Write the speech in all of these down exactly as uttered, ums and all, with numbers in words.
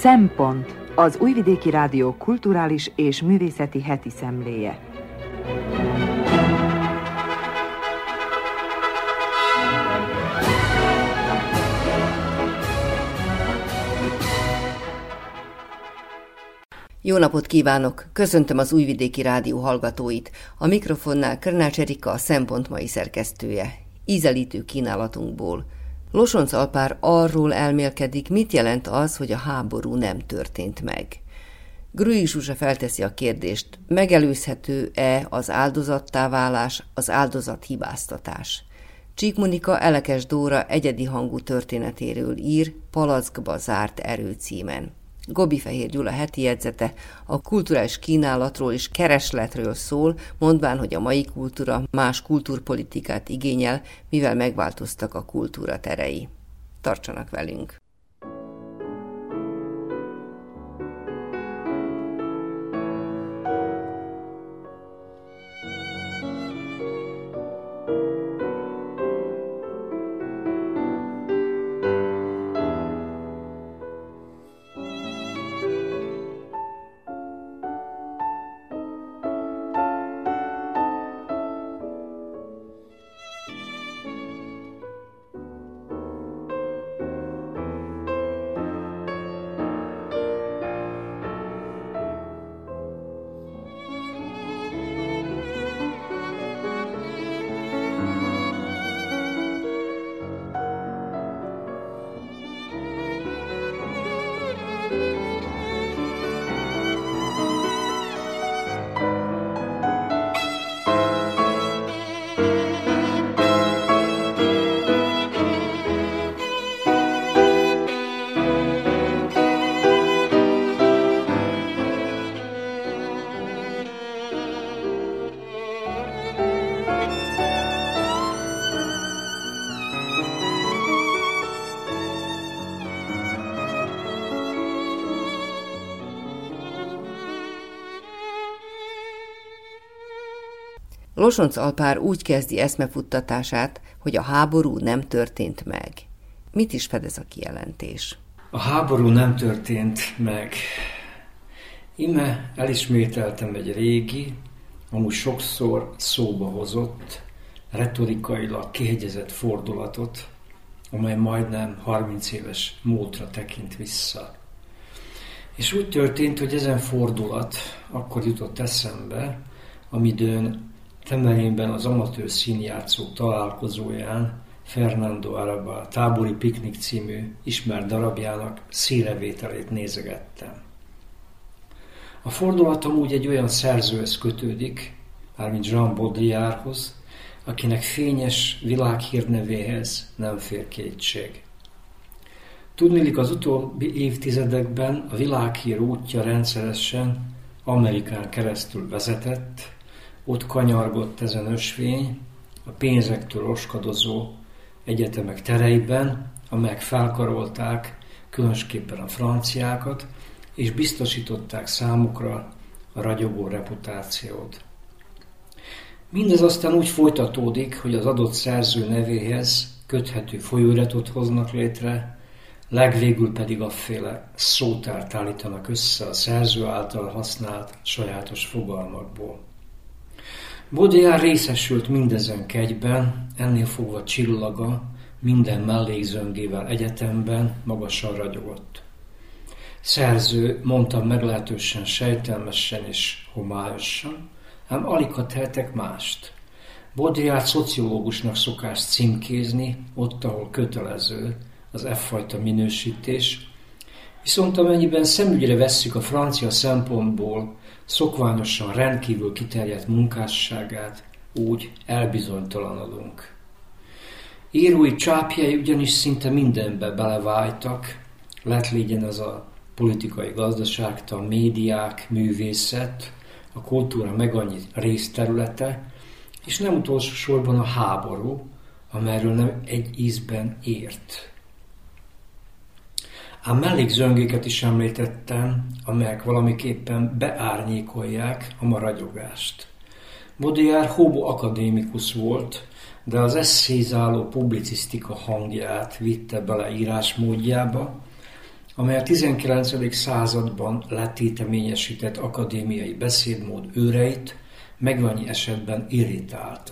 Szempont, az Újvidéki Rádió kulturális és művészeti heti szemléje. Jó napot kívánok! Köszöntöm az Újvidéki Rádió hallgatóit. A mikrofonnál Körnács Erika, a Szempont mai szerkesztője. Ízelítő kínálatunkból. Losonc Alpár arról elmélkedik, mit jelent az, hogy a háború nem történt meg. Grüi Zsuzsa felteszi a kérdést, megelőzhető-e az áldozattá válás, az áldozat hibáztatás. Csík Monika Elekes Dóra egyedi hangú történetéről ír Palackba zárt erő címen. Gobi Fehér Gyula heti jegyzete a kulturális kínálatról és keresletről szól, mondván, hogy a mai kultúra más kultúrpolitikát igényel, mivel megváltoztak a kultúra terei. Tartsanak velünk! Losonc Alpár úgy kezdi eszmefuttatását, hogy a háború nem történt meg. Mit is fedez a kijelentés? A háború nem történt meg. Ime elismételtem egy régi, amúgy sokszor szóba hozott, retorikailag kihegyezett fordulatot, amely majdnem harminc éves múltra tekint vissza. És úgy történt, hogy ezen fordulat akkor jutott eszembe, amidőn Temelényben az amatőr színjátszók találkozóján Fernando Arrabal Tábori piknik című ismert darabjának színrevételét nézegettem. A fordulatom úgy egy olyan szerzőhöz kötődik, mármint Jean Baudrillardhoz, akinek fényes világhírnevéhez nem fér kétség. Tudniillik, az utóbbi évtizedekben a világhír útja rendszeresen Amerikán keresztül vezetett, ott kanyargott ezen ösvény a pénzektől roskadozó egyetemek tereiben, amelyek felkarolták különösképpen a franciákat, és biztosították számukra a ragyogó reputációt. Mindez aztán úgy folytatódik, hogy az adott szerző nevéhez köthető folyóiratot hoznak létre, legvégül pedig afféle szótárt állítanak össze a szerző által használt sajátos fogalmakból. Baudrillard részesült mindezen kegyben, ennél fogva csillaga minden mellékzöngével egyetemben magasan ragyogott. Szerző, mondtam meglehetősen sejtelmesen és homályosan, ám aligha tehetek mást. Baudrillard szociológusnak szokás címkézni, ott, ahol kötelező az e-fajta minősítés, viszont amennyiben szemügyre vesszük a francia szempontból szokványosan rendkívül kiterjedt munkásságát, úgy elbizonytalanodunk. Írói csápjai ugyanis szinte mindenbe belevájtak, lett légyen ez a politikai gazdaságtan, médiák, művészet, a kultúra meg annyi részterülete, és nem utolsó sorban a háború, amelyről nem egy ízben írt. Ám mellékzöngéket is említettem, amelyek valamiképpen beárnyékolják a ma ragyogást. Baudrillard homo akadémikus volt, de az esszézáló publicisztika hangját vitte bele írásmódjába, amely a tizenkilencedik században letéteményesített akadémiai beszédmód őreit megvannyi esetben irritálta.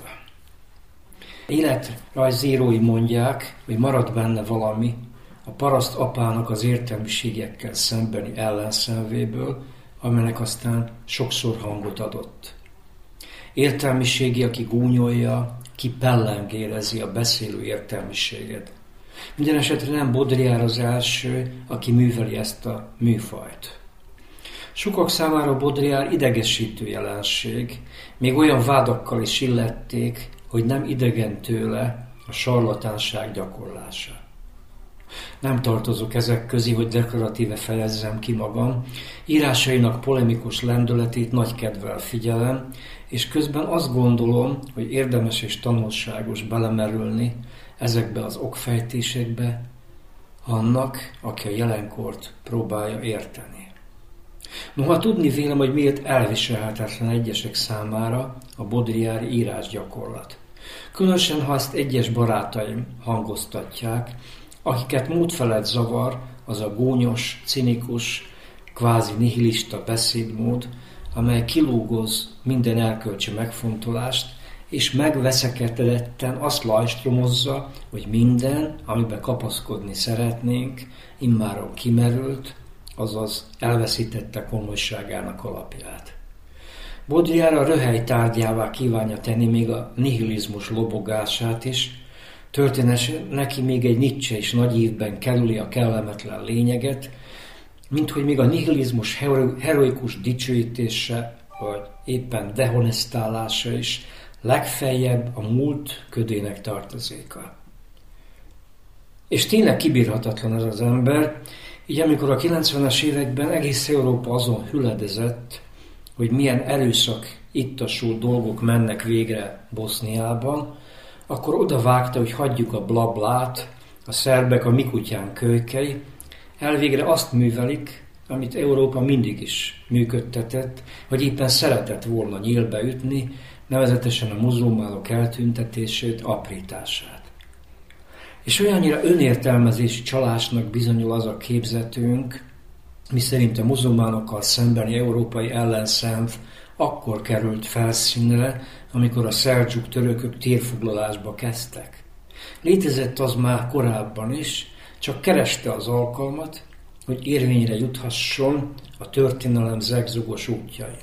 Életrajzírói mondják, hogy maradt benne valami a paraszt apának az értelmiségiekkel szembeni ellenszenvéből, amelynek aztán sokszor hangot adott. Értelmiségi, aki gúnyolja, ki pellengérezi a beszélő értelmiséget. Minden esetre nem Baudrillard az első, aki műveli ezt a műfajt. Sokak számára Baudrillard idegesítő jelenség, még olyan vádakkal is illették, hogy nem idegen tőle a sarlatánság gyakorlása. Nem tartozok ezek közé, hogy deklaratíve fejezzem ki magam. Írásainak polemikus lendületét nagy kedvel figyelem, és közben azt gondolom, hogy érdemes és tanulságos belemerülni ezekbe az okfejtésekbe annak, aki a jelenkort próbálja érteni. Noha tudni vélem, hogy miért elviselhetetlen egyesek számára a Baudrillardi írásgyakorlat. Különösen, ha ezt egyes barátaim hangoztatják, akiket módfelett zavar az a gúnyos, cinikus, kvázi nihilista beszédmód, amely kilúgoz minden erkölcsi megfontolást, és megveszekedetten azt lajstromozza, hogy minden, amiben kapaszkodni szeretnénk, immáron kimerült, azaz elveszítette komolyságának alapját. Baudrillard a röhely tárgyává kívánja tenni még a nihilizmus lobogását is, történetesen neki még egy Nietzsche is nagy ívben kerüli a kellemetlen lényeget, mint hogy még a nihilizmus heroikus dicsőítése, vagy éppen dehonestálása is legfeljebb a múlt ködének tartozéka. És tényleg kibírhatatlan ez az ember, így amikor a kilencvenes években egész Európa azon hüledezett, hogy milyen erőszak ittasul dolgok mennek végre Boszniában, akkor oda vágta, hogy hagyjuk a blablát, a szerbek a mi kutyán kölykei, elvégre azt művelik, amit Európa mindig is működtetett, vagy éppen szeretett volna nyílbe ütni, nevezetesen a muzulmánok eltüntetését, aprítását. És olyannyira önértelmezési csalásnak bizonyul az a képzetünk, miszerint a muzulmánokkal szembeni európai ellenszenv akkor került felszínre, amikor a szeldzsuk törökök térfoglalásba kezdtek. Létezett az már korábban is, csak kereste az alkalmat, hogy érvényre juthasson a történelem zegzugos útjain.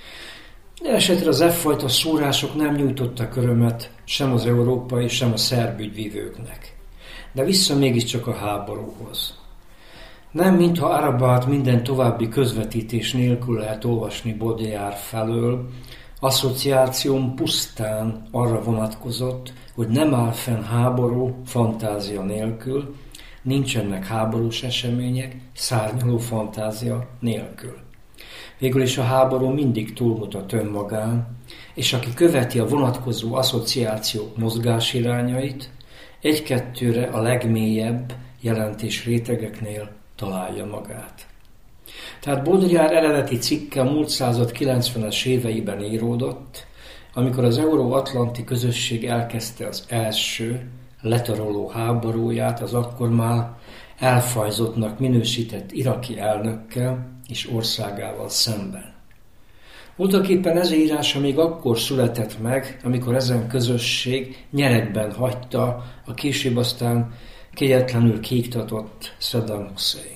De esetre az e-fajta szórások nem nyújtottak örömet sem az európai, sem a szerb ügyvívőknek. De vissza mégiscsak a háborúhoz. Nem mintha Arabát minden további közvetítés nélkül lehet olvasni Baudrillard felől, asszociációm pusztán arra vonatkozott, hogy nem áll fenn háború fantázia nélkül, nincsenek háborús események szárnyaló fantázia nélkül. Végül is a háború mindig túlmutat önmagán, és aki követi a vonatkozó asszociációk mozgásirányait, egy-kettőre a legmélyebb jelentés rétegeknél találja magát. Tehát Baudrillard eredeti cikke a múlt század kilencvenes éveiben íródott, amikor az euró-atlanti közösség elkezdte az első letaroló háborúját az akkor már elfajzottnak minősített iraki elnökkel és országával szemben. Voltaképpen ez írása még akkor született meg, amikor ezen közösség nyeregben hagyta a később aztán kegyetlenül kiiktatott Saddam Husseint.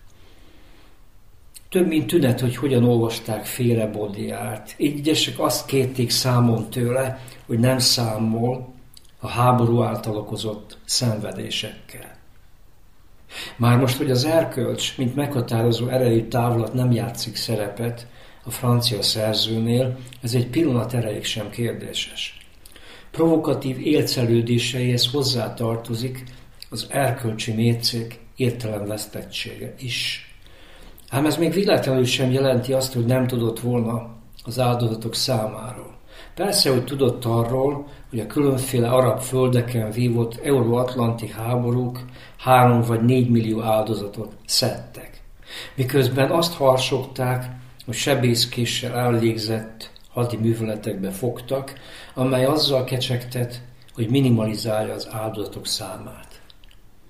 Több mint tünet, hogy hogyan olvasták félre Baudrillardt. Így egyesek azt kérték számon tőle, hogy nem számol a háború által okozott szenvedésekkel. Már most, hogy az erkölcs, mint meghatározó erejű távlat nem játszik szerepet a francia szerzőnél, ez egy pillanat erejéig sem kérdéses. Provokatív élcelődéseihez hozzátartozik az erkölcsi mércék értelemvesztettsége is. Ám ez még véletlenül sem jelenti azt, hogy nem tudott volna az áldozatok számáról. Persze, hogy tudott arról, hogy a különféle arab földeken vívott euró-atlanti háborúk három vagy négy millió áldozatot szedtek. Miközben azt harsogták, hogy sebészkéssel elvégzett hadi műveletekbe fogtak, amely azzal kecsegtet, hogy minimalizálja az áldozatok számát.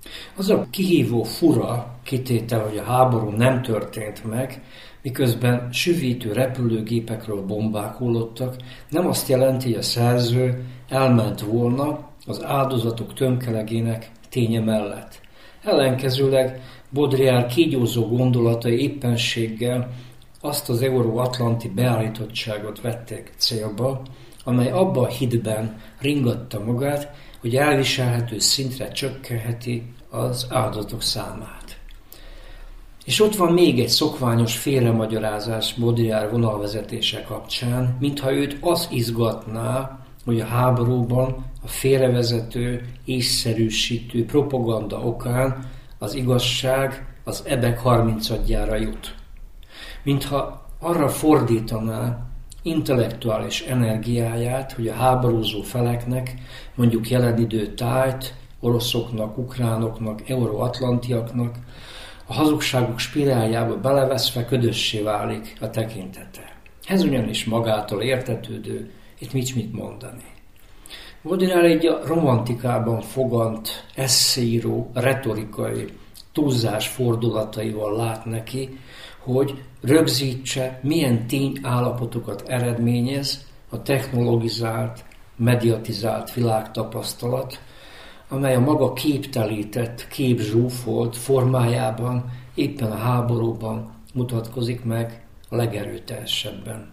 Az a kihívó fura kitétel, hogy a háború nem történt meg, miközben süvítő repülőgépekről bombák hullottak, nem azt jelenti, hogy a szerző elment volna az áldozatok tömkelegének ténye mellett. Ellenkezőleg Baudrillard kígyózó gondolatai éppenséggel azt az euróatlanti beállítottságot vették célba, amely abban a hitben ringatta magát, hogy elviselhető szintre csökkenheti az áldozatok számát. És ott van még egy szokványos félremagyarázás Baudrillard vonalvezetése kapcsán, mintha őt az izgatná, hogy a háborúban a félrevezető, észszerűsítő propaganda okán az igazság az ebek harmincadjára jut. Mintha arra fordítaná intellektuális energiáját, hogy a háborúzó feleknek, mondjuk jelen idő tájt, oroszoknak, ukránoknak, euróatlantiaknak, a hazugságuk spiráljába beleveszve ködössé válik a tekintete. Ez ugyanis magától értetődő, itt mit mit mondani. Baudrillard egy a romantikában fogant, esszíró, retorikai túlzás fordulataival lát neki, hogy rögzítse, milyen tényállapotokat eredményez a technologizált, mediatizált világtapasztalat, amely a maga képtelített, képzsúfolt formájában éppen a háborúban mutatkozik meg a legerőteljesebben.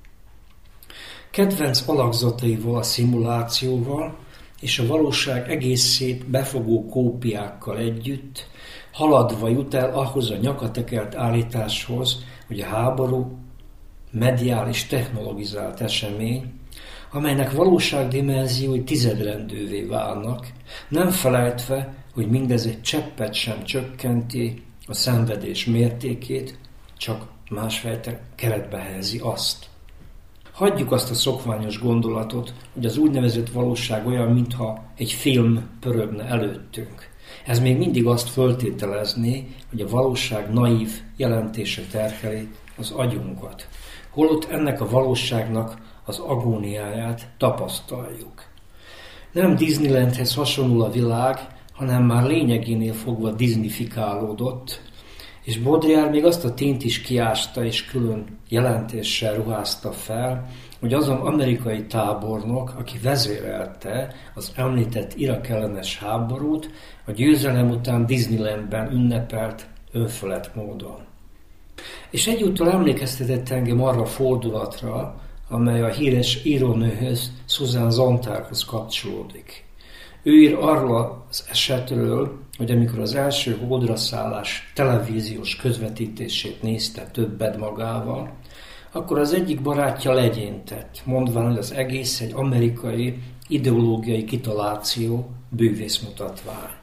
Kedvenc alakzataival, a szimulációval és a valóság egészét befogó kópiákkal együtt haladva jut el ahhoz a nyakatekert állításhoz, hogy a háború mediális, technologizált esemény, amelynek valóságdimenziói tizedrendűvé válnak, nem felejtve, hogy mindez egy cseppet sem csökkenti a szenvedés mértékét, csak másfajta keretbe helyezi azt. Hagyjuk azt a szokványos gondolatot, hogy az úgynevezett valóság olyan, mintha egy film pörögne előttünk. Ez még mindig azt föltételezné, hogy a valóság naív jelentése terheli az agyunkat. Holott ennek a valóságnak az agóniáját tapasztaljuk. Nem Disneylandhez hasonlul a világ, hanem már lényegénél fogva disneyfikálódott, és Baudrillard még azt a tényt is kiásta és külön jelentéssel ruházta fel, hogy azon amerikai tábornok, aki vezérelte az említett Irak ellenes háborút, a győzelem után Disneylandben ünnepelt önfelett módon. És egyúttal emlékeztetett engem arra a fordulatra, amely a híres írónőhöz, Susan Sontaghoz kapcsolódik. Ő ír arról az esetről, hogy amikor az első holdraszállás televíziós közvetítését nézte többet magával, akkor az egyik barátja legyintett, mondván, hogy az egész egy amerikai ideológiai kitaláció, bűvészmutatvány.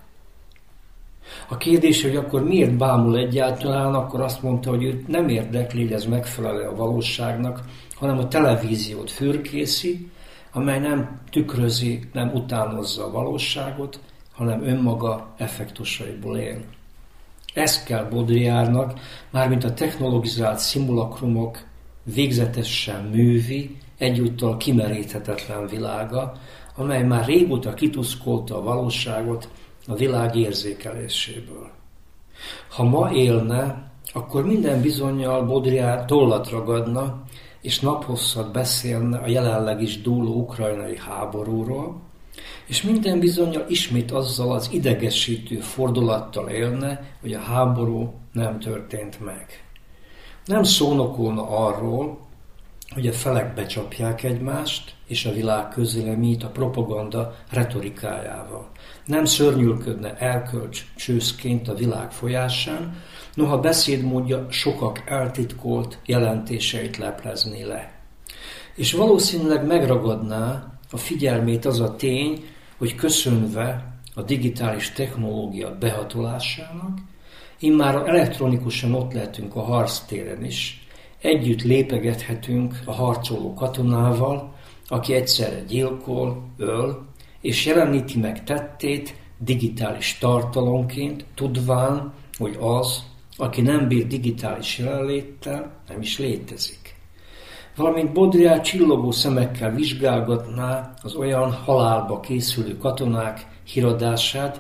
A kérdés, hogy akkor miért bámul egyáltalán, akkor azt mondta, hogy őt nem érdekli, hogy ez megfelelő a valóságnak, hanem a televíziót fürkészi, amely nem tükrözi, nem utánozza a valóságot, hanem önmaga effektusaiból él. Ez kell Baudrillardnak, mármint a technologizált szimulakrumok végzetesen művi, egyúttal kimeríthetetlen világa, amely már régóta kituszkolta a valóságot a világ érzékeléséből. Ha ma élne, akkor minden bizonnyal Baudrillard tollat ragadna, és naphosszat beszélne a jelenleg is dúló ukrajnai háborúról, és minden bizonnyal ismét azzal az idegesítő fordulattal élne, hogy a háború nem történt meg. Nem szónokolna arról, hogy a felek becsapják egymást, és a világ közéleményt a propaganda retorikájával. Nem szörnyűködne erkölcs csőszként a világ folyásán, noha beszédmódja sokak eltitkolt jelentéseit leplezné le. És valószínűleg megragadná a figyelmét az a tény, hogy köszönve a digitális technológia behatolásának, immár elektronikusan ott lehetünk a harctéren is, együtt lépegethetünk a harcoló katonával, aki egyszerre gyilkol, öl, és jeleníti meg tettét digitális tartalomként, tudván, hogy az, aki nem bír digitális jelenléttel, nem is létezik. Valamint Baudrillard csillogó szemekkel vizsgálgatná az olyan halálba készülő katonák híradását,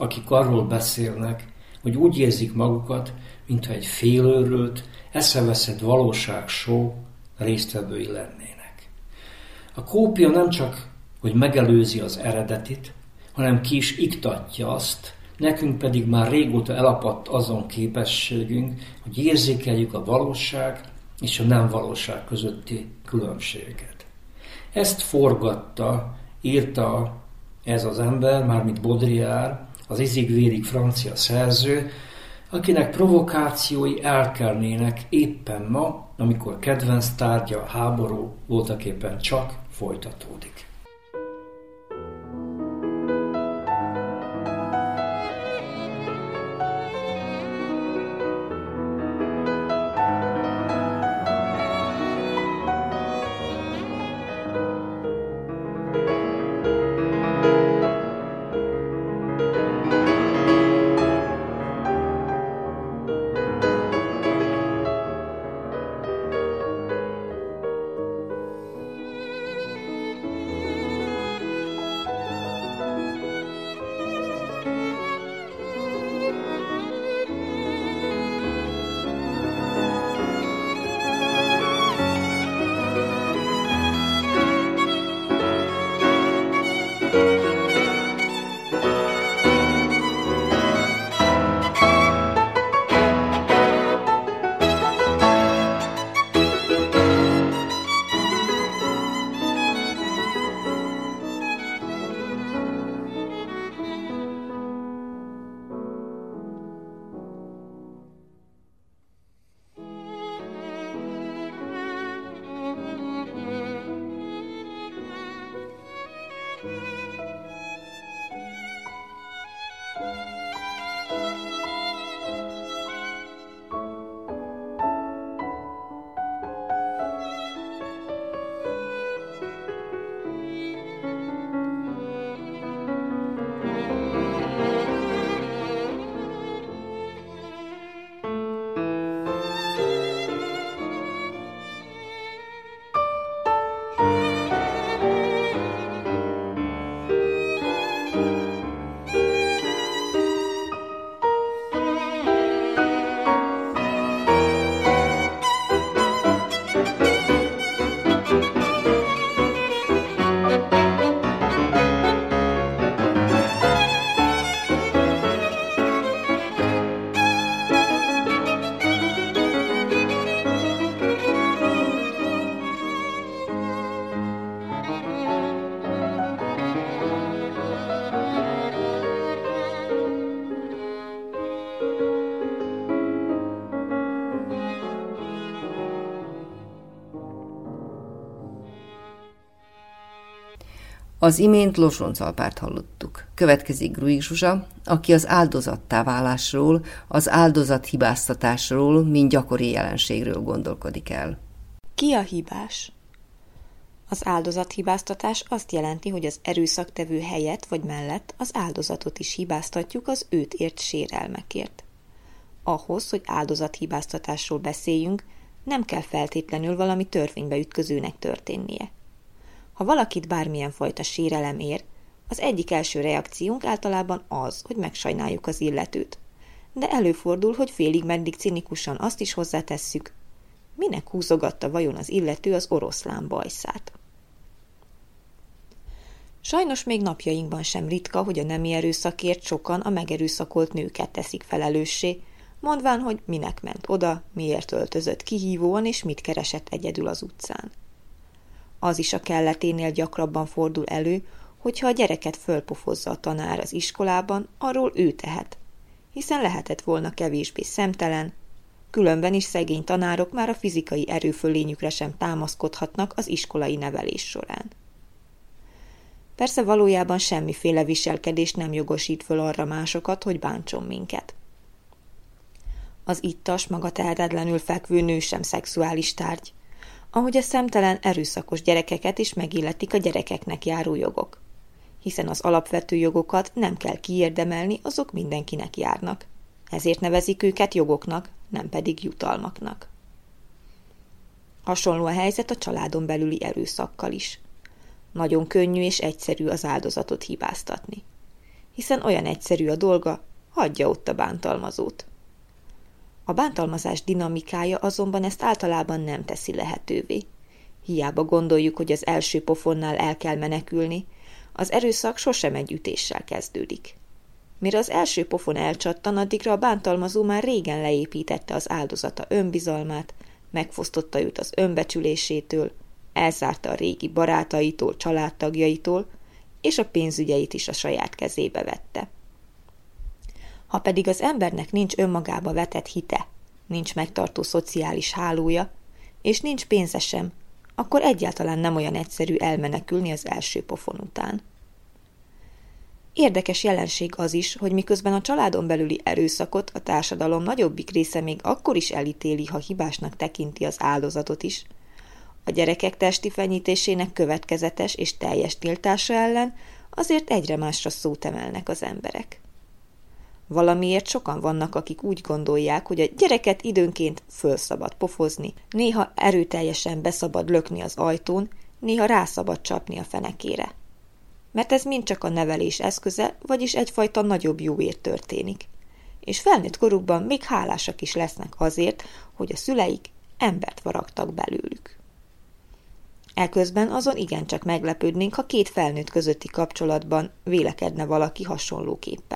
akik arról beszélnek, hogy úgy érzik magukat, mintha egy félőrült, eszeveszett valóságshow résztvevői lennének. A kópia nem csak, hogy megelőzi az eredetit, hanem ki is iktatja azt, nekünk pedig már régóta elapadt azon képességünk, hogy érzékeljük a valóság és a nem valóság közötti különbséget. Ezt forgatta, írta ez az ember, mármint Baudrillard, az izig-vérig francia szerző, akinek provokációi elkelnének éppen ma, amikor kedvenc tárgya a háború voltaképpen csak folytatódik. Az imént Losonc-Alpárt hallottuk. Következik Gruig Zsuzsa, aki az áldozattá válásról, az áldozathibáztatásról, mint gyakori jelenségről gondolkodik el. Ki a hibás? Az áldozathibáztatás azt jelenti, hogy az erőszaktevő helyett vagy mellett az áldozatot is hibáztatjuk az őt ért sérelmekért. Ahhoz, hogy áldozathibáztatásról beszéljünk, nem kell feltétlenül valami törvénybe ütközőnek történnie. Ha valakit bármilyen fajta sérelem ér, az egyik első reakciónk általában az, hogy megsajnáljuk az illetőt. De előfordul, hogy félig meddig cinikusan azt is hozzátesszük, minek húzogatta vajon az illető az oroszlán bajszát. Sajnos még napjainkban sem ritka, hogy a nemi erőszakért sokan a megerőszakolt nőket teszik felelőssé, mondván, hogy minek ment oda, miért öltözött kihívóan és mit keresett egyedül az utcán. Az is a kelleténél gyakrabban fordul elő, hogyha a gyereket fölpofozza a tanár az iskolában, arról ő tehet, hiszen lehetett volna kevésbé szemtelen, különben is szegény tanárok már a fizikai erőfölényükre sem támaszkodhatnak az iskolai nevelés során. Persze valójában semmiféle viselkedés nem jogosít föl arra másokat, hogy bántson minket. Az ittas, magatehetetlenül fekvő nő sem szexuális tárgy, ahogy a szemtelen, erőszakos gyerekeket is megilletik a gyerekeknek járó jogok, hiszen az alapvető jogokat nem kell kiérdemelni, azok mindenkinek járnak. Ezért nevezik őket jogoknak, nem pedig jutalmaknak. Hasonló a helyzet a családon belüli erőszakkal is. Nagyon könnyű és egyszerű az áldozatot hibáztatni. hiszen olyan egyszerű a dolga, hagyja ott a bántalmazót. A bántalmazás dinamikája azonban ezt általában nem teszi lehetővé. Hiába gondoljuk, hogy az első pofonnál el kell menekülni, az erőszak sosem egy ütéssel kezdődik. Mire az első pofon elcsattan, addigra a bántalmazó már régen leépítette az áldozata önbizalmát, megfosztotta őt az önbecsülésétől, elzárta a régi barátaitól, családtagjaitól, és a pénzügyeit is a saját kezébe vette. Ha pedig az embernek nincs önmagába vetett hite, nincs megtartó szociális hálója, és nincs pénze sem, akkor egyáltalán nem olyan egyszerű elmenekülni az első pofon után. Érdekes jelenség az is, hogy miközben a családon belüli erőszakot a társadalom nagyobbik része még akkor is elítéli, ha hibásnak tekinti az áldozatot is, a gyerekek testi fenyítésének következetes és teljes tiltása ellen azért egyre másra szót emelnek az emberek. Valamiért sokan vannak, akik úgy gondolják, hogy a gyereket időnként föl szabad pofozni, néha erőteljesen beszabad lökni az ajtón, néha rászabad csapni a fenekére. Mert ez mind csak a nevelés eszköze, vagyis egyfajta nagyobb jóért történik. És felnőtt korukban még hálásak is lesznek azért, hogy a szüleik embert varagtak belőlük. Eközben azon igencsak meglepődnénk, ha két felnőtt közötti kapcsolatban vélekedne valaki hasonlóképpen.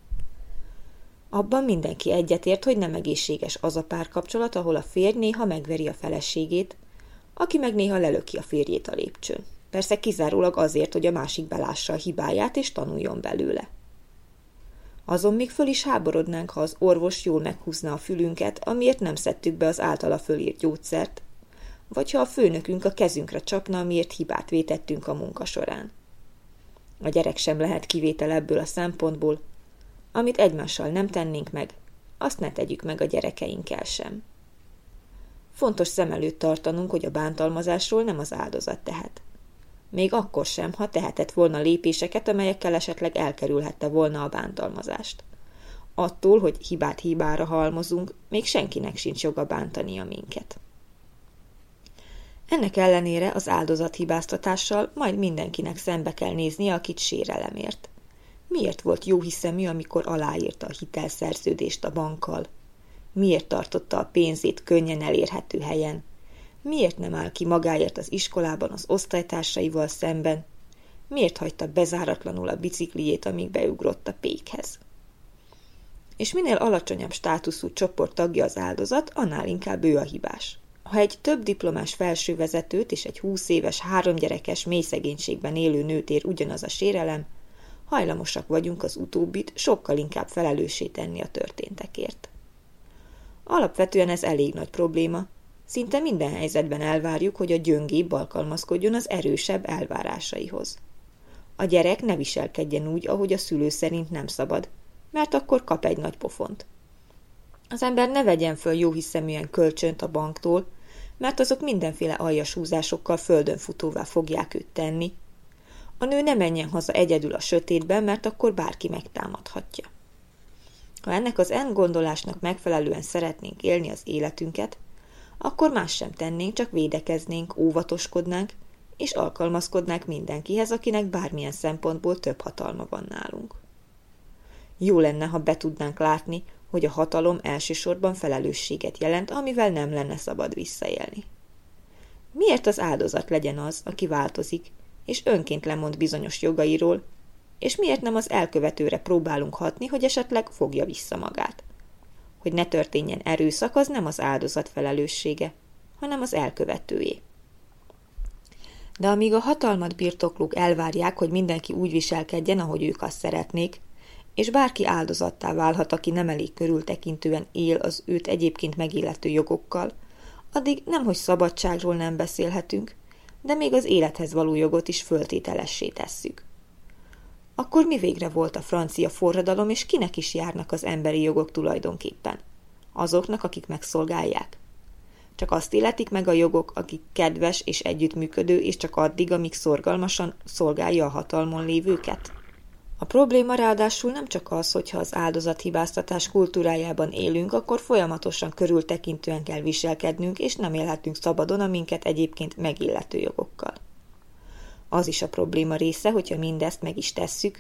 Abban mindenki egyetért, hogy nem egészséges az a párkapcsolat, ahol a férj néha megveri a feleségét, aki meg néha lelöki a férjét a lépcsőn. Persze kizárólag azért, hogy a másik belássa a hibáját és tanuljon belőle. Azon még föl is háborodnánk, ha az orvos jól meghúzna a fülünket, amiért nem szedtük be az általa fölírt gyógyszert, vagy ha a főnökünk a kezünkre csapna, amiért hibát vétettünk a munka során. A gyerek sem lehet kivétel ebből a szempontból, amit egymással nem tennénk meg, azt ne tegyük meg a gyerekeinkkel sem. Fontos szem előtt tartanunk, hogy a bántalmazásról nem az áldozat tehet. Még akkor sem, ha tehetett volna lépéseket, amelyekkel esetleg elkerülhette volna a bántalmazást. Attól, hogy hibát hibára halmozunk, még senkinek sincs joga bántania minket. Ennek ellenére az áldozathibáztatással majd mindenkinek szembe kell néznie, akit sérelemért. Miért volt jóhiszemű, amikor aláírta a hitelszerződést a bankkal? Miért tartotta a pénzét könnyen elérhető helyen? Miért nem áll ki magáért az iskolában az osztálytársaival szemben? Miért hagyta bezáratlanul a biciklijét, amíg beugrott a pékhez? És minél alacsonyabb státuszú csoport tagja az áldozat, annál inkább ő a hibás. Ha egy több diplomás felsővezetőt és egy húsz éves, három gyerekes mély szegénységben élő nőt ér ugyanaz a sérelem, hajlamosak vagyunk az utóbbit sokkal inkább felelőssé tenni a történtekért. Alapvetően ez elég nagy probléma. Szinte minden helyzetben elvárjuk, hogy a gyöngébb alkalmazkodjon az erősebb elvárásaihoz. A gyerek ne viselkedjen úgy, ahogy a szülő szerint nem szabad, mert akkor kap egy nagy pofont. Az ember ne vegyen föl jóhiszeműen kölcsönt a banktól, mert azok mindenféle aljas húzásokkal földönfutóvá fogják őt tenni. A nő ne menjen haza egyedül a sötétben, mert akkor bárki megtámadhatja. Ha ennek az en gondolásnak megfelelően szeretnénk élni az életünket, akkor más sem tennénk, csak védekeznénk, óvatoskodnánk, és alkalmazkodnánk mindenkihez, akinek bármilyen szempontból több hatalma van nálunk. Jó lenne, ha be tudnánk látni, hogy a hatalom elsősorban felelősséget jelent, amivel nem lenne szabad visszaélni. Miért az áldozat legyen az, aki változik, és önként lemond bizonyos jogairól, és miért nem az elkövetőre próbálunk hatni, hogy esetleg fogja vissza magát? Hogy ne történjen erőszak, az nem az áldozat felelőssége, hanem az elkövetőjé. De amíg a hatalmat birtoklók elvárják, hogy mindenki úgy viselkedjen, ahogy ők azt szeretnék, és bárki áldozattá válhat, aki nem elég körültekintően él az őt egyébként megillető jogokkal, addig nemhogy szabadságról nem beszélhetünk, de még az élethez való jogot is föltételessé tesszük. Akkor mi végre volt a francia forradalom, és kinek is járnak az emberi jogok tulajdonképpen? Azoknak, akik megszolgálják. Csak azt illetik meg a jogok, akik kedves és együttműködő, és csak addig, amíg szorgalmasan szolgálja a hatalmon lévőket? A probléma ráadásul nem csak az, hogyha az áldozathibáztatás kultúrájában élünk, akkor folyamatosan körültekintően kell viselkednünk, és nem élhetünk szabadon a minket egyébként megillető jogokkal. Az is a probléma része, hogyha mindezt meg is tesszük,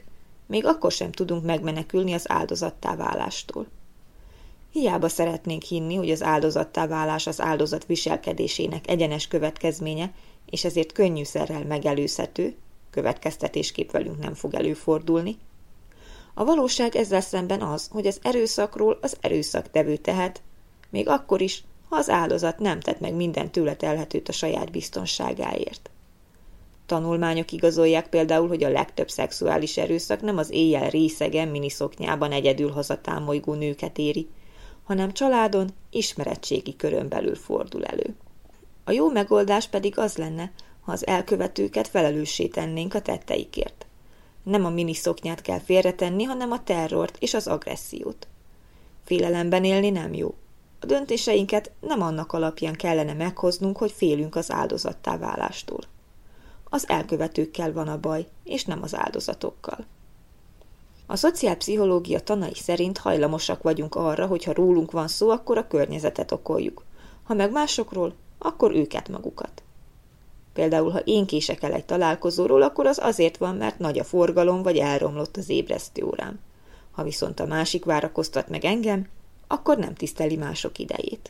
még akkor sem tudunk megmenekülni az áldozattá válástól. Hiába szeretnénk hinni, hogy az áldozattá válás az áldozat viselkedésének egyenes következménye, és ezért könnyűszerrel megelőzhető, következtetésképp velünk nem fog előfordulni. A valóság ezzel szemben az, hogy az erőszakról az erőszaktevő tehet, még akkor is, ha az áldozat nem tett meg minden tőle telhetőt a saját biztonságáért. Tanulmányok igazolják például, hogy a legtöbb szexuális erőszak nem az éjjel részegen, miniszoknyában egyedül hazatámolygó nőket éri, hanem családon, ismeretségi körön belül fordul elő. A jó megoldás pedig az lenne, ha az elkövetőket felelőssé tennénk a tetteikért. Nem a miniszoknyát kell félretenni, hanem a terrort és az agressziót. Félelemben élni nem jó. A döntéseinket nem annak alapján kellene meghoznunk, hogy félünk az áldozattá válástól. Az elkövetőkkel van a baj, és nem az áldozatokkal. A szociálpszichológia tanai szerint hajlamosak vagyunk arra, hogy ha rólunk van szó, akkor a környezetet okoljuk. Ha meg másokról, akkor őket magukat. Például, ha én kések el egy találkozóról, akkor az azért van, mert nagy a forgalom, vagy elromlott az ébresztőórám. Ha viszont a másik várakoztat meg engem, akkor nem tiszteli mások idejét.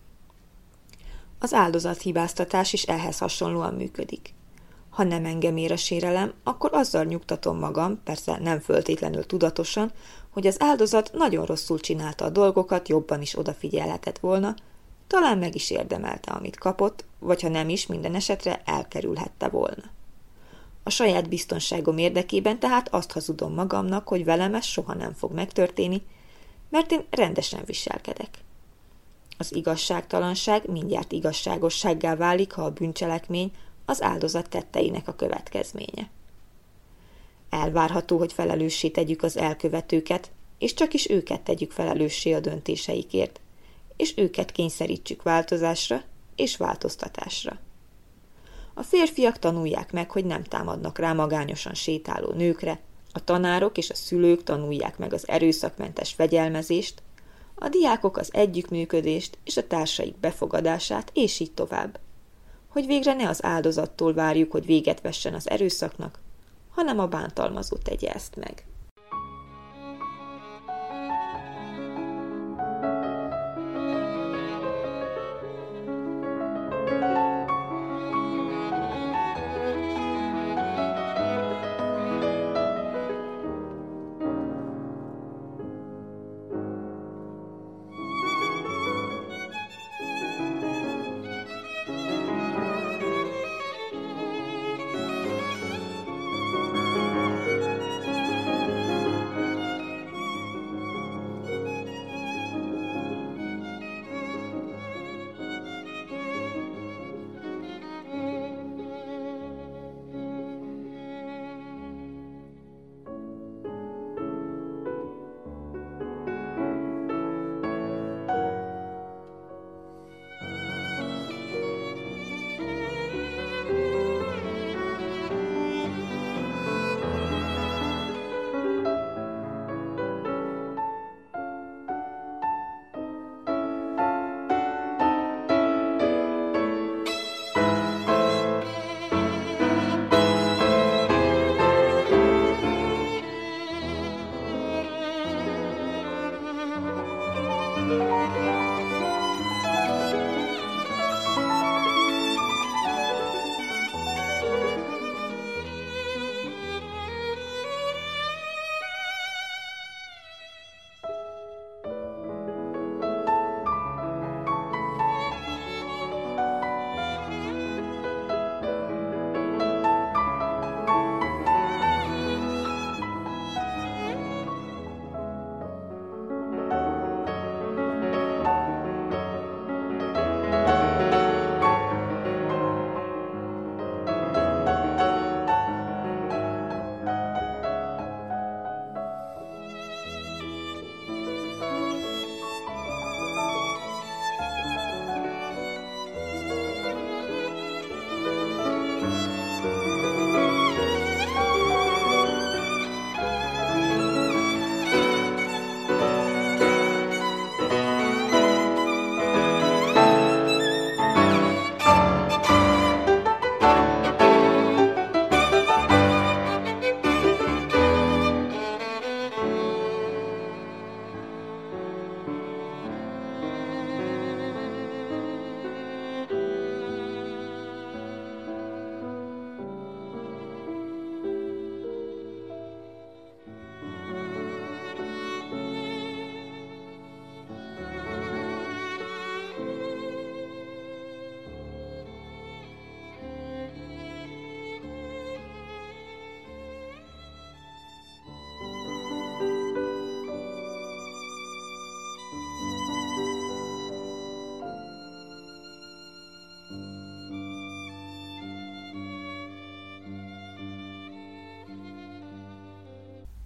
Az áldozathibáztatás is ehhez hasonlóan működik. Ha nem engem ér a sérelem, akkor azzal nyugtatom magam, persze nem föltétlenül tudatosan, hogy az áldozat nagyon rosszul csinálta a dolgokat, jobban is odafigyelhetett volna, talán meg is érdemelte, amit kapott, vagy ha nem is, minden esetre elkerülhette volna. A saját biztonságom érdekében tehát azt hazudom magamnak, hogy velem ez soha nem fog megtörténni, mert én rendesen viselkedek. Az igazságtalanság mindjárt igazságossággá válik, ha a bűncselekmény az áldozat tetteinek a következménye. Elvárható, hogy felelőssé tegyük az elkövetőket, és csak is őket tegyük felelőssé a döntéseikért, és őket kényszerítsük változásra és változtatásra. A férfiak tanulják meg, hogy nem támadnak rá magányosan sétáló nőkre, a tanárok és a szülők tanulják meg az erőszakmentes fegyelmezést, a diákok az együttműködést és a társaik befogadását, és így tovább. Hogy végre ne az áldozattól várjuk, hogy véget vessen az erőszaknak, hanem a bántalmazó tegye ezt meg.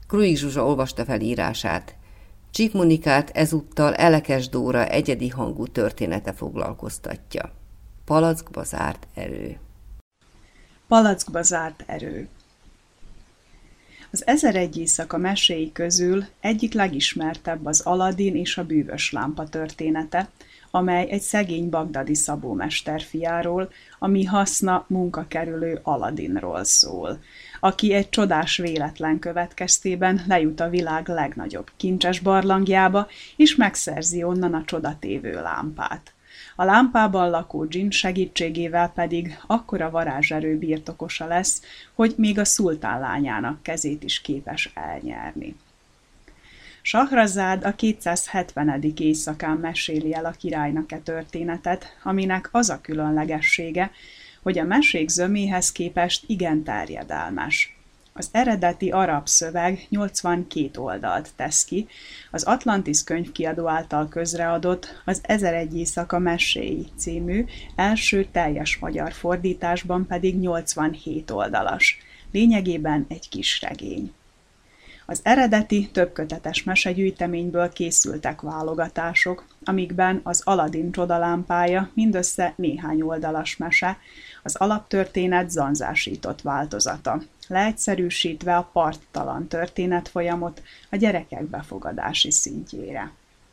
Kruik Zsuzsa olvasta fel írását. Csík Monikát ezúttal Elekes Dóra egyedi hangú története foglalkoztatja. Palackba zárt erő. Palackba zárt erő. Az Ezeregy éjszaka meséi közül egyik legismertebb az Aladin és a bűvös lámpa története, amely egy szegény bagdadi szabómester fiáról, ami haszna munkakerülő Aladinról szól, aki egy csodás véletlen következtében lejut a világ legnagyobb kincses barlangjába, és megszerzi onnan a csodatévő lámpát. A lámpában lakó dzsinn segítségével pedig akkora varázserő birtokosa lesz, hogy még a szultán lányának kezét is képes elnyerni. Sahrazád a kétszázhetvenedik éjszakán meséli el a királynak e történetet, aminek az a különlegessége, hogy a mesék zöméhez képest igen terjedelmes. Az eredeti arab szöveg nyolcvankét oldalt tesz ki, az Atlantis könyvkiadó által közreadott az Ezeregy éjszaka meséi című első teljes magyar fordításban pedig nyolcvanhét oldalas, lényegében egy kis regény. Az eredeti többkötetes mesegyűjteményből készültek válogatások, amikben az Aladin csodalámpája mindössze néhány oldalas mese, az alaptörténet zanzásított változata, leegyszerűsítve a parttalan történetfolyamot a gyerekek befogadási szintjére.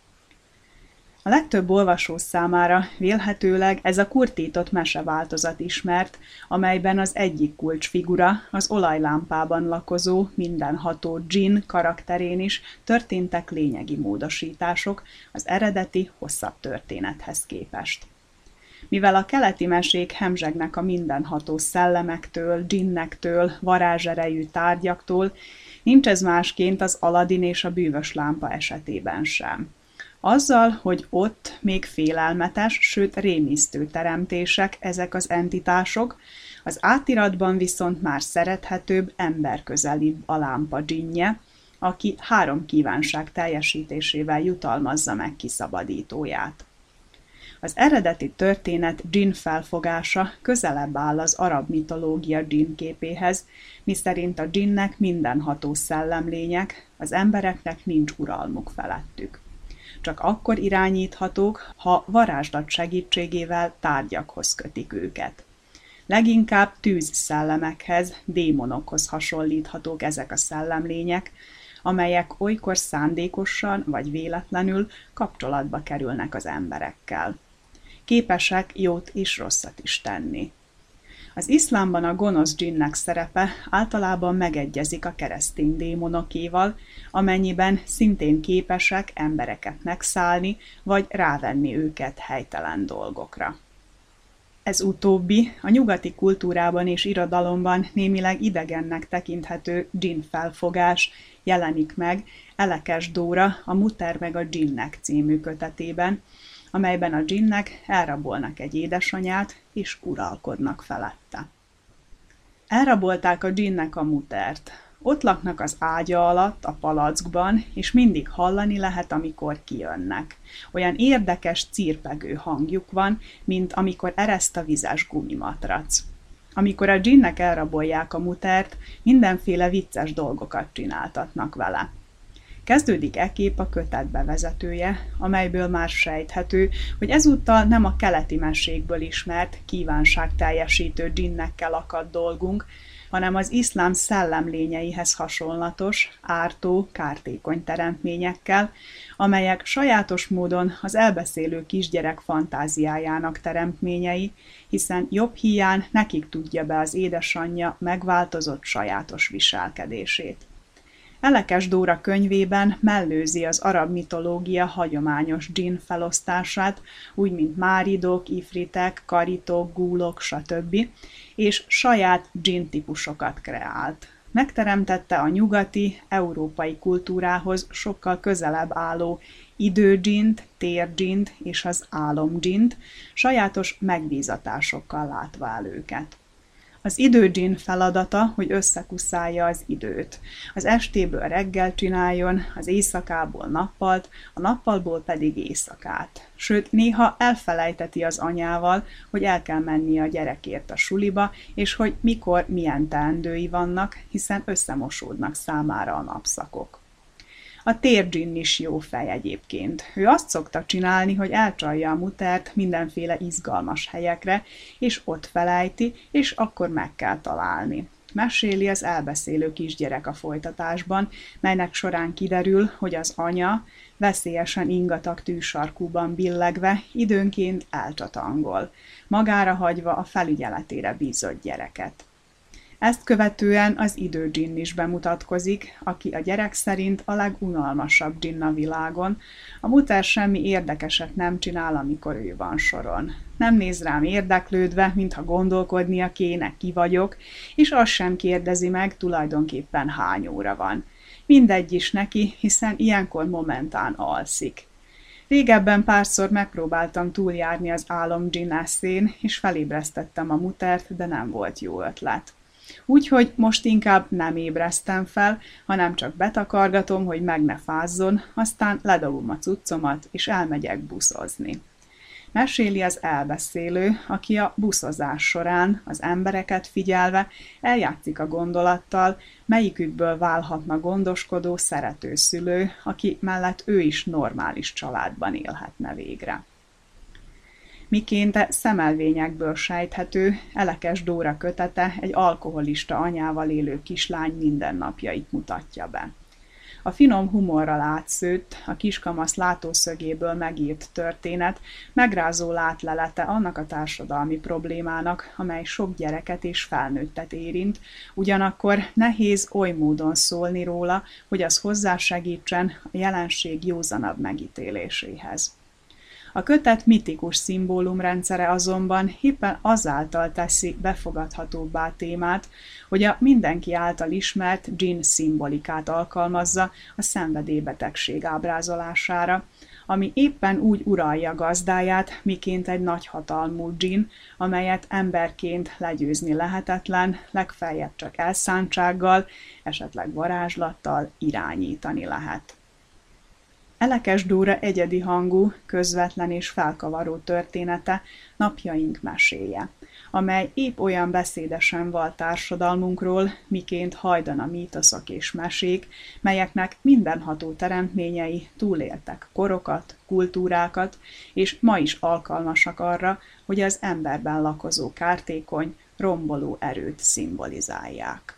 A legtöbb olvasó számára vélhetőleg ez a kurtított meseváltozat ismert, amelyben az egyik kulcsfigura, az olajlámpában lakozó, mindenható dzsinn karakterén is történtek lényegi módosítások az eredeti, hosszabb történethez képest. Mivel a keleti mesék hemzsegnek a mindenható szellemektől, dzsinnektől, varázserejű tárgyaktól, nincs ez másként az Aladin és a bűvös lámpa esetében sem. Azzal, hogy ott még félelmetes, sőt rémisztő teremtések ezek az entitások, az átiratban viszont már szerethetőbb, emberközelibb a lámpa dzsinnje, aki három kívánság teljesítésével jutalmazza meg kiszabadítóját. Az eredeti történet dzsinn felfogása közelebb áll az arab mitológia dzsinn képéhez, miszerint a dzsinnek mindenható szellemlények, az embereknek nincs uralmuk felettük. Csak akkor irányíthatók, ha varázslat segítségével tárgyakhoz kötik őket. Leginkább tűzszellemekhez, démonokhoz hasonlíthatók ezek a szellemlények, amelyek olykor szándékosan vagy véletlenül kapcsolatba kerülnek az emberekkel. Képesek jót és rosszat is tenni. Az iszlámban a gonosz dzsinnek szerepe általában megegyezik a keresztény démonokéval, amennyiben szintén képesek embereket megszállni, vagy rávenni őket helytelen dolgokra. Ez utóbbi a nyugati kultúrában és irodalomban némileg idegennek tekinthető dzsinn felfogás jelenik meg Elekes Dóra a Muter meg a dzsinnek című kötetében, amelyben a dzsinnek elrabolnak egy édesanyát, és uralkodnak felette. Elrabolták a dzsinnek a Mutert. Ott laknak az ágya alatt, a palackban, és mindig hallani lehet, amikor kijönnek. Olyan érdekes, cirpegő hangjuk van, mint amikor ereszt a vizes gumimatrac. Amikor a dzsinnek elrabolják a Mutert, mindenféle vicces dolgokat csináltatnak vele. Kezdődik ekképp a kötet bevezetője, amelyből már sejthető, hogy ezúttal nem a keleti mesékből ismert, kívánságteljesítő dzsinnekkel akad dolgunk, hanem az iszlám szellemlényeihez hasonlatos, ártó, kártékony teremtményekkel, amelyek sajátos módon az elbeszélő kisgyerek fantáziájának teremtményei, hiszen jobb híján nekik tudja be az édesanyja megváltozott sajátos viselkedését. Elekes Dóra könyvében mellőzi az arab mitológia hagyományos dzsinn felosztását, úgy mint máridok, ifritek, karitok, gúlok, stb., és saját dzsinn típusokat kreált. Megteremtette a nyugati, európai kultúrához sokkal közelebb álló idődzsint, térdzsint és az álomdzsint, sajátos megbízatásokkal látva el őket. Az idődzsin feladata, hogy összekuszálja az időt. Az estéből reggel csináljon, az éjszakából nappalt, a nappalból pedig éjszakát. Sőt, néha elfelejteti az anyával, hogy el kell mennie a gyerekért a suliba, és hogy mikor milyen teendői vannak, hiszen összemosódnak számára a napszakok. A térdzsin is jó fej egyébként. Ő azt szokta csinálni, hogy elcsalja a mutert mindenféle izgalmas helyekre, és ott felejti, és akkor meg kell találni. Meséli az elbeszélő kisgyerek a folytatásban, melynek során kiderül, hogy az anya veszélyesen ingatag tűsarkúban billegve időnként elcsatangol, magára hagyva a felügyeletére bízott gyereket. Ezt követően az idődzsin is bemutatkozik, aki a gyerek szerint a legunalmasabb dzsinn a világon. A muter semmi érdekeset nem csinál, amikor ő van soron. Nem néz rám érdeklődve, mintha gondolkodnia kéne, ki vagyok, és azt sem kérdezi meg, tulajdonképpen hány óra van. Mindegy is neki, hiszen ilyenkor momentán alszik. Régebben párszor megpróbáltam túljárni az álomdzsin eszén, és felébresztettem a mutert, de nem volt jó ötlet. Úgyhogy most inkább nem ébresztem fel, hanem csak betakargatom, hogy meg ne fázzon, aztán ledobom a cuccomat, és elmegyek buszozni. Meséli az elbeszélő, aki a buszozás során, az embereket figyelve eljátszik a gondolattal, melyikükből válhatna gondoskodó, szerető szülő, aki mellett ő is normális családban élhetne végre. Miként szemelvényekből sejthető, Elekes Dóra kötete egy alkoholista anyával élő kislány mindennapjait mutatja be. A finom humorral átszőtt, a kiskamasz látószögéből megírt történet megrázó látlelete annak a társadalmi problémának, amely sok gyereket és felnőttet érint, ugyanakkor nehéz oly módon szólni róla, hogy az hozzásegítsen a jelenség józanabb megítéléséhez. A kötet mitikus szimbólumrendszere azonban éppen azáltal teszi befogadhatóbbá a témát, hogy a mindenki által ismert dzsinn szimbolikát alkalmazza a szenvedélybetegség ábrázolására, ami éppen úgy uralja gazdáját, miként egy nagyhatalmú dzsinn, amelyet emberként legyőzni lehetetlen, legfeljebb csak elszántsággal, esetleg varázslattal irányítani lehet. Elekes Dóra egyedi hangú, közvetlen és felkavaró története napjaink meséje, amely épp olyan beszédesen val társadalmunkról, miként hajdan a mítoszok és mesék, melyeknek mindenható teremtményei túléltek korokat, kultúrákat, és ma is alkalmasak arra, hogy az emberben lakozó kártékony, romboló erőt szimbolizálják.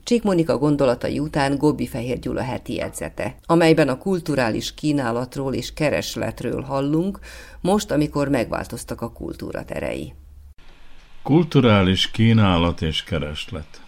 Csík Monika gondolatai után Gobbi Fehér Gyula heti jegyzete, amelyben a kulturális kínálatról és keresletről hallunk, most, amikor megváltoztak a kultúra terei. Kulturális kínálat és kereslet.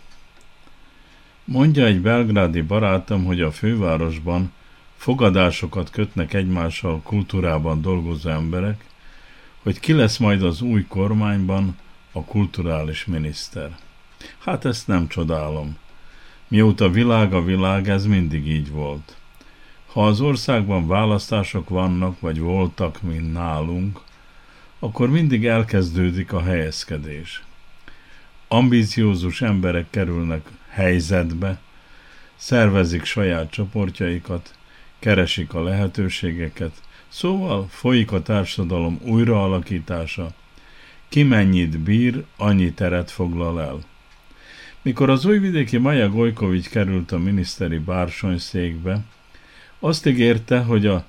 Mondja egy belgrádi barátom, hogy a fővárosban fogadásokat kötnek egymással kultúrában dolgozó emberek, hogy ki lesz majd az új kormányban a kulturális miniszter. Hát ezt nem csodálom. Mióta világ a világ, ez mindig így volt. Ha az országban választások vannak, vagy voltak, mint nálunk, akkor mindig elkezdődik a helyezkedés. Ambiciózus emberek kerülnek helyzetbe, szervezik saját csoportjaikat, keresik a lehetőségeket, szóval folyik a társadalom újraalakítása, ki mennyit bír, annyi teret foglal el. Mikor az újvidéki Maja Gojkovics került a miniszteri bársonyszékbe, azt ígérte, hogy a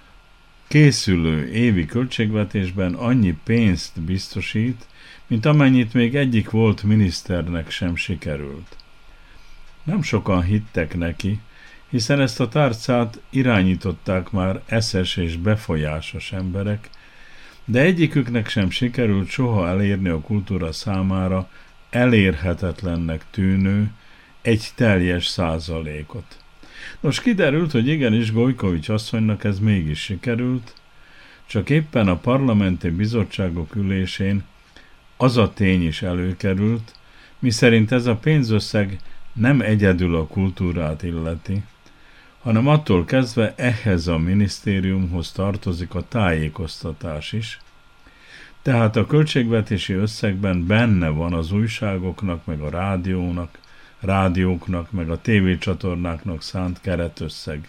készülő évi költségvetésben annyi pénzt biztosít, mint amennyit még egyik volt miniszternek sem sikerült. Nem sokan hittek neki, hiszen ezt a tárcát irányították már eszes és befolyásos emberek, de egyiküknek sem sikerült soha elérni a kultúra számára elérhetetlennek tűnő egy teljes százalékot. Nos, kiderült, hogy igenis Gojkovics asszonynak ez mégis sikerült, csak éppen a parlamenti bizottságok ülésén az a tény is előkerült, miszerint ez a pénzösszeg nem egyedül a kultúrát illeti, hanem attól kezdve ehhez a minisztériumhoz tartozik a tájékoztatás is, tehát a költségvetési összegben benne van az újságoknak, meg a rádiónak, rádióknak, meg a tévécsatornáknak szánt keretösszeg.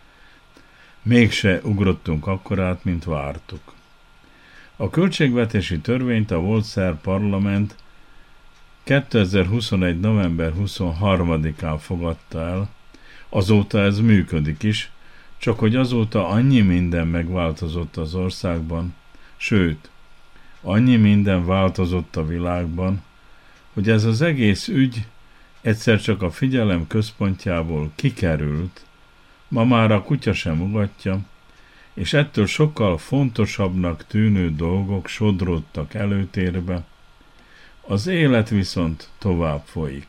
Mégse ugrottunk akkorát, mint vártuk. A költségvetési törvényt a volt szerb parlament kétezer-huszonegy. november huszonharmadikán fogadta el, azóta ez működik is, csak hogy azóta annyi minden megváltozott az országban, sőt, annyi minden változott a világban, hogy ez az egész ügy egyszer csak a figyelem központjából kikerült, ma már a kutya sem ugatja, és ettől sokkal fontosabbnak tűnő dolgok sodródtak előtérbe, az élet viszont tovább folyik.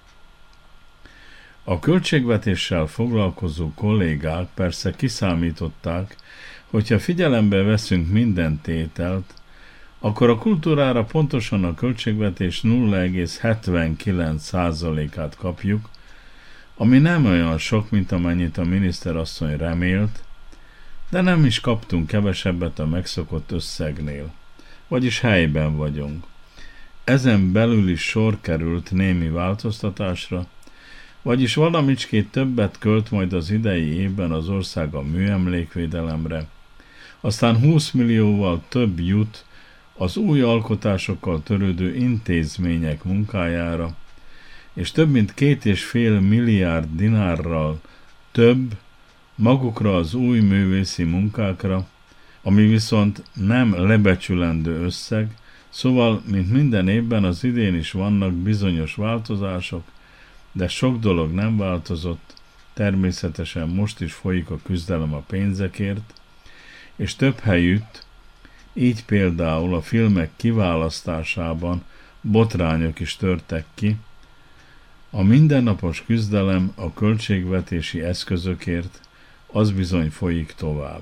A költségvetéssel foglalkozó kollégák persze kiszámították, hogyha figyelembe veszünk minden tételt, akkor a kultúrára pontosan a költségvetés nulla egész hetvenkilenc százalékát kapjuk, ami nem olyan sok, mint amennyit a miniszterasszony remélt, de nem is kaptunk kevesebbet a megszokott összegnél, vagyis helyben vagyunk. Ezen belül is sor került némi változtatásra, vagyis valamicskét többet költ majd az idei évben az ország a műemlékvédelemre, aztán húsz millióval több jut az új alkotásokkal törődő intézmények munkájára, és több mint két és fél milliárd dinárral több magukra az új művészi munkákra, ami viszont nem lebecsülendő összeg, szóval, mint minden évben az idén is vannak bizonyos változások, de sok dolog nem változott, természetesen most is folyik a küzdelem a pénzekért, és több helyütt, így például a filmek kiválasztásában botrányok is törtek ki, a mindennapos küzdelem a költségvetési eszközökért az bizony folyik tovább.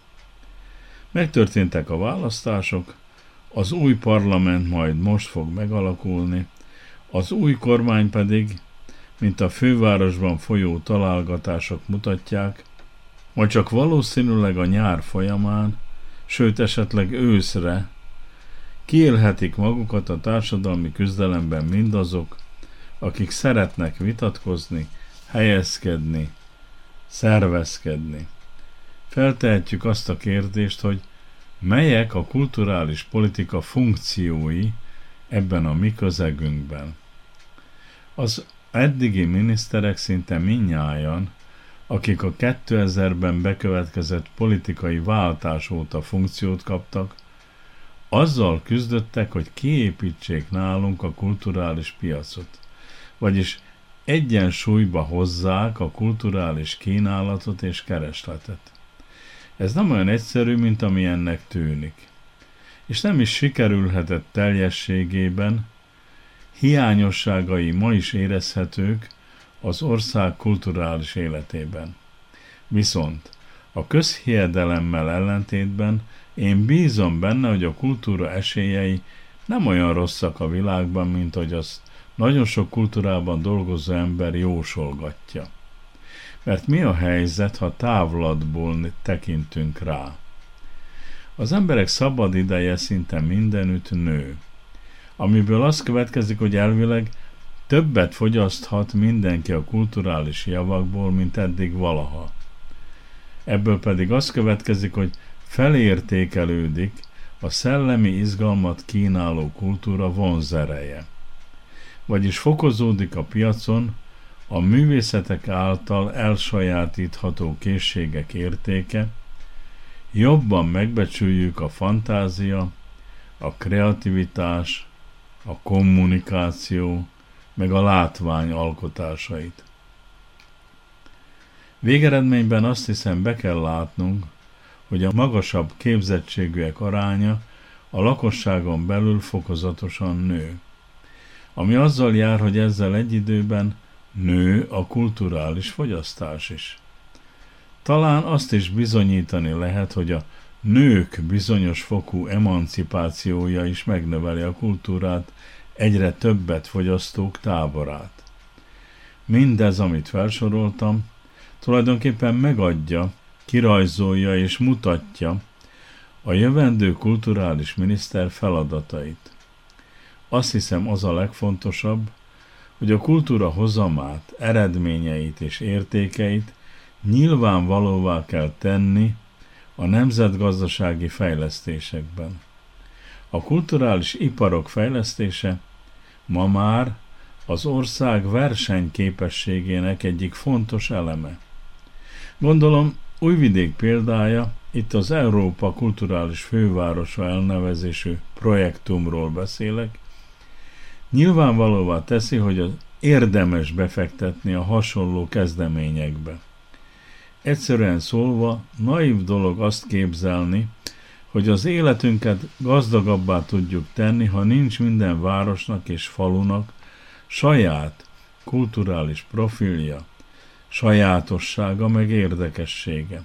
Megtörténtek a választások, az új parlament majd most fog megalakulni, az új kormány pedig, mint a fővárosban folyó találgatások mutatják, majd csak valószínűleg a nyár folyamán, sőt esetleg őszre kiélhetik magukat a társadalmi küzdelemben mindazok, akik szeretnek vitatkozni, helyezkedni, szervezkedni. Feltehetjük azt a kérdést, hogy melyek a kulturális politika funkciói ebben a mi közegünkben. Az eddigi miniszterek szinte mindnyájan, akik a kétezerben bekövetkezett politikai váltás óta funkciót kaptak, azzal küzdöttek, hogy kiépítsék nálunk a kulturális piacot. Vagyis egyensúlyba hozzák a kulturális kínálatot és keresletet. Ez nem olyan egyszerű, mint ami ennek tűnik. És nem is sikerülhetett teljességében, hiányosságai ma is érezhetők az ország kulturális életében. Viszont a közhiedelemmel ellentétben én bízom benne, hogy a kultúra esélyei nem olyan rosszak a világban, mint hogy azt nagyon sok kultúrában dolgozó ember jósolgatja. Mert mi a helyzet, ha távlatból tekintünk rá? Az emberek szabad ideje szinte mindenütt nő, amiből az következik, hogy elvileg többet fogyaszthat mindenki a kulturális javakból, mint eddig valaha. Ebből pedig az következik, hogy felértékelődik a szellemi izgalmat kínáló kultúra vonzereje. Vagyis fokozódik a piacon a művészetek által elsajátítható készségek értéke, jobban megbecsüljük a fantázia, a kreativitás, a kommunikáció, meg a látvány alkotásait. Végeredményben azt hiszem, be kell látnunk, hogy a magasabb képzettségűek aránya a lakosságon belül fokozatosan nő, ami azzal jár, hogy ezzel egy időben nő a kulturális fogyasztás is. Talán azt is bizonyítani lehet, hogy a nők bizonyos fokú emancipációja is megnöveli a kultúrát, egyre többet fogyasztók táborát. Mindez, amit felsoroltam, tulajdonképpen megadja, kirajzolja és mutatja a jövendő kulturális miniszter feladatait. Azt hiszem, az a legfontosabb, hogy a kultúra hozamát, eredményeit és értékeit nyilvánvalóvá kell tenni a nemzetgazdasági fejlesztésekben. A kulturális iparok fejlesztése ma már az ország versenyképességének egyik fontos eleme. Gondolom, Újvidék példája, itt az Európa Kulturális Fővárosa elnevezésű projektumról beszélek, nyilvánvalóvá teszi, hogy az érdemes befektetni a hasonló kezdeményekbe. Egyszerűen szólva, naív dolog azt képzelni, hogy az életünket gazdagabbá tudjuk tenni, ha nincs minden városnak és falunak saját kulturális profilja, sajátossága meg érdekessége.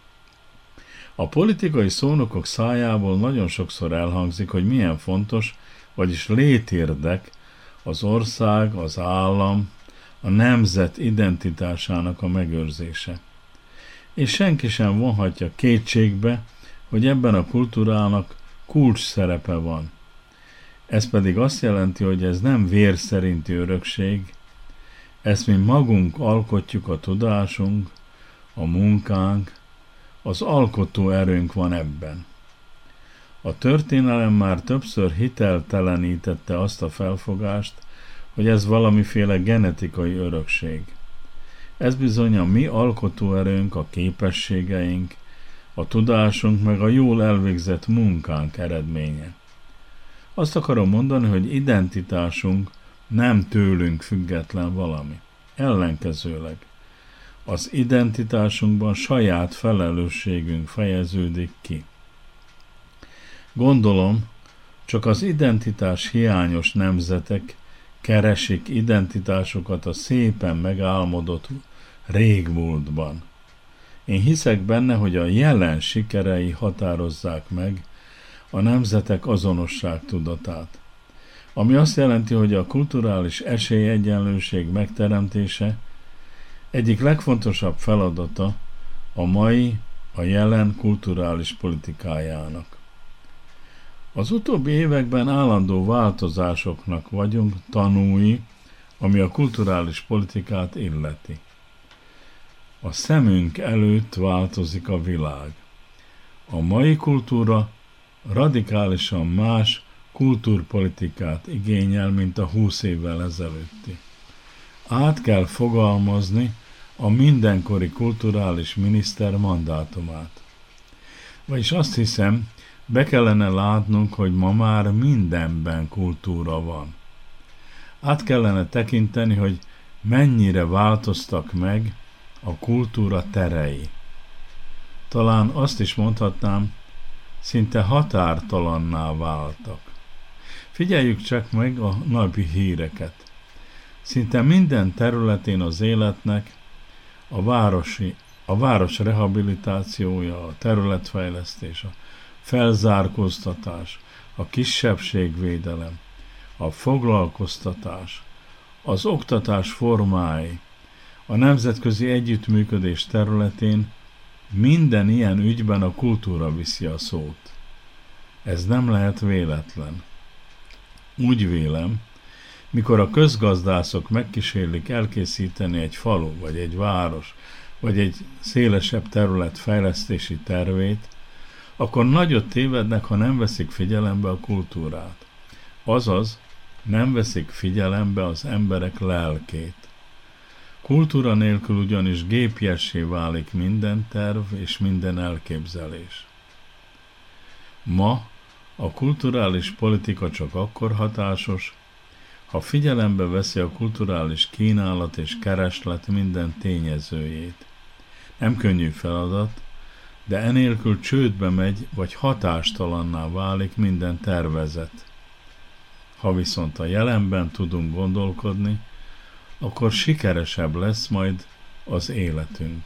A politikai szónokok szájából nagyon sokszor elhangzik, hogy milyen fontos, vagyis létérdek az ország, az állam, a nemzet identitásának a megőrzése. És senki sem vonhatja kétségbe, hogy ebben a kultúrának kulcs szerepe van. Ez pedig azt jelenti, hogy ez nem vér szerinti örökség, ezt mi magunk alkotjuk, a tudásunk, a munkánk, az alkotó erőnk van ebben. A történelem már többször hiteltelenítette azt a felfogást, hogy ez valamiféle genetikai örökség. Ez bizony a mi alkotóerőnk, a képességeink, a tudásunk meg a jól elvégzett munkánk eredménye. Azt akarom mondani, hogy identitásunk nem tőlünk független valami. Ellenkezőleg. Az identitásunkban saját felelősségünk fejeződik ki. Gondolom, csak az identitás hiányos nemzetek keresik identitásokat a szépen megálmodott régmúltban. Én hiszek benne, hogy a jelen sikerei határozzák meg a nemzetek azonosságtudatát, ami azt jelenti, hogy a kulturális esélyegyenlőség megteremtése egyik legfontosabb feladata a mai, a jelen kulturális politikájának. Az utóbbi években állandó változásoknak vagyunk tanúi, ami a kulturális politikát illeti. A szemünk előtt változik a világ. A mai kultúra radikálisan más kultúrpolitikát igényel, mint a húsz évvel ezelőtti. Át kell fogalmazni a mindenkori kulturális miniszter mandátumát. Vagyis azt hiszem, be kellene látnunk, hogy ma már mindenben kultúra van. Át kellene tekinteni, hogy mennyire változtak meg a kultúra terei. Talán azt is mondhatnám, szinte határtalanná váltak. Figyeljük csak meg a napi híreket. Szinte minden területén az életnek a városi, a város rehabilitációja, a területfejlesztés, a felzárkóztatás, a kisebbségvédelem, a foglalkoztatás, az oktatás formái, a nemzetközi együttműködés területén minden ilyen ügyben a kultúra viszi a szót. Ez nem lehet véletlen. Úgy vélem, mikor a közgazdászok megkísérlik elkészíteni egy falu, vagy egy város, vagy egy szélesebb terület fejlesztési tervét, akkor nagyot tévednek, ha nem veszik figyelembe a kultúrát. Azaz, nem veszik figyelembe az emberek lelkét. Kultúra nélkül ugyanis gépjessé válik minden terv és minden elképzelés. Ma a kulturális politika csak akkor hatásos, ha figyelembe veszi a kulturális kínálat és kereslet minden tényezőjét. Nem könnyű feladat, de enélkül csődbe megy, vagy hatástalanná válik minden tervezet. Ha viszont a jelenben tudunk gondolkodni, akkor sikeresebb lesz majd az életünk.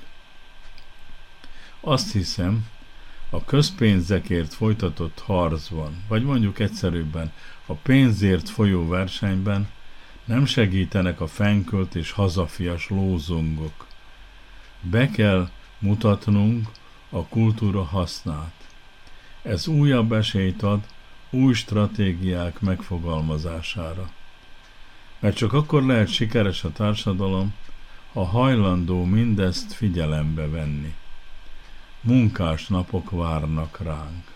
Azt hiszem, a közpénzekért folytatott harcban, vagy mondjuk egyszerűbben a pénzért folyó versenyben nem segítenek a fenkölt és hazafias lózungok. Be kell mutatnunk a kultúra hasznát. Ez újabb esélyt ad új stratégiák megfogalmazására. Mert csak akkor lehet sikeres a társadalom, ha hajlandó mindezt figyelembe venni. Munkás napok várnak ránk.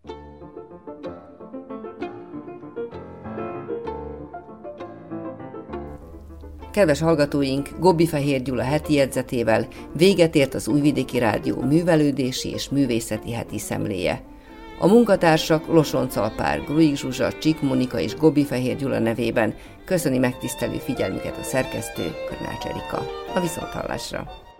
Kedves hallgatóink, Gobbi-Fehér Gyula heti jegyzetével véget ért az Újvidéki Rádió művelődési és művészeti heti szemléje. A munkatársak Losonc Alpár, Gruig Zsuzsa, Csik Monika és Gobbi-Fehér Gyula nevében köszöni megtisztelő figyelmüket a szerkesztő, Körnács Erika. A viszonthallásra!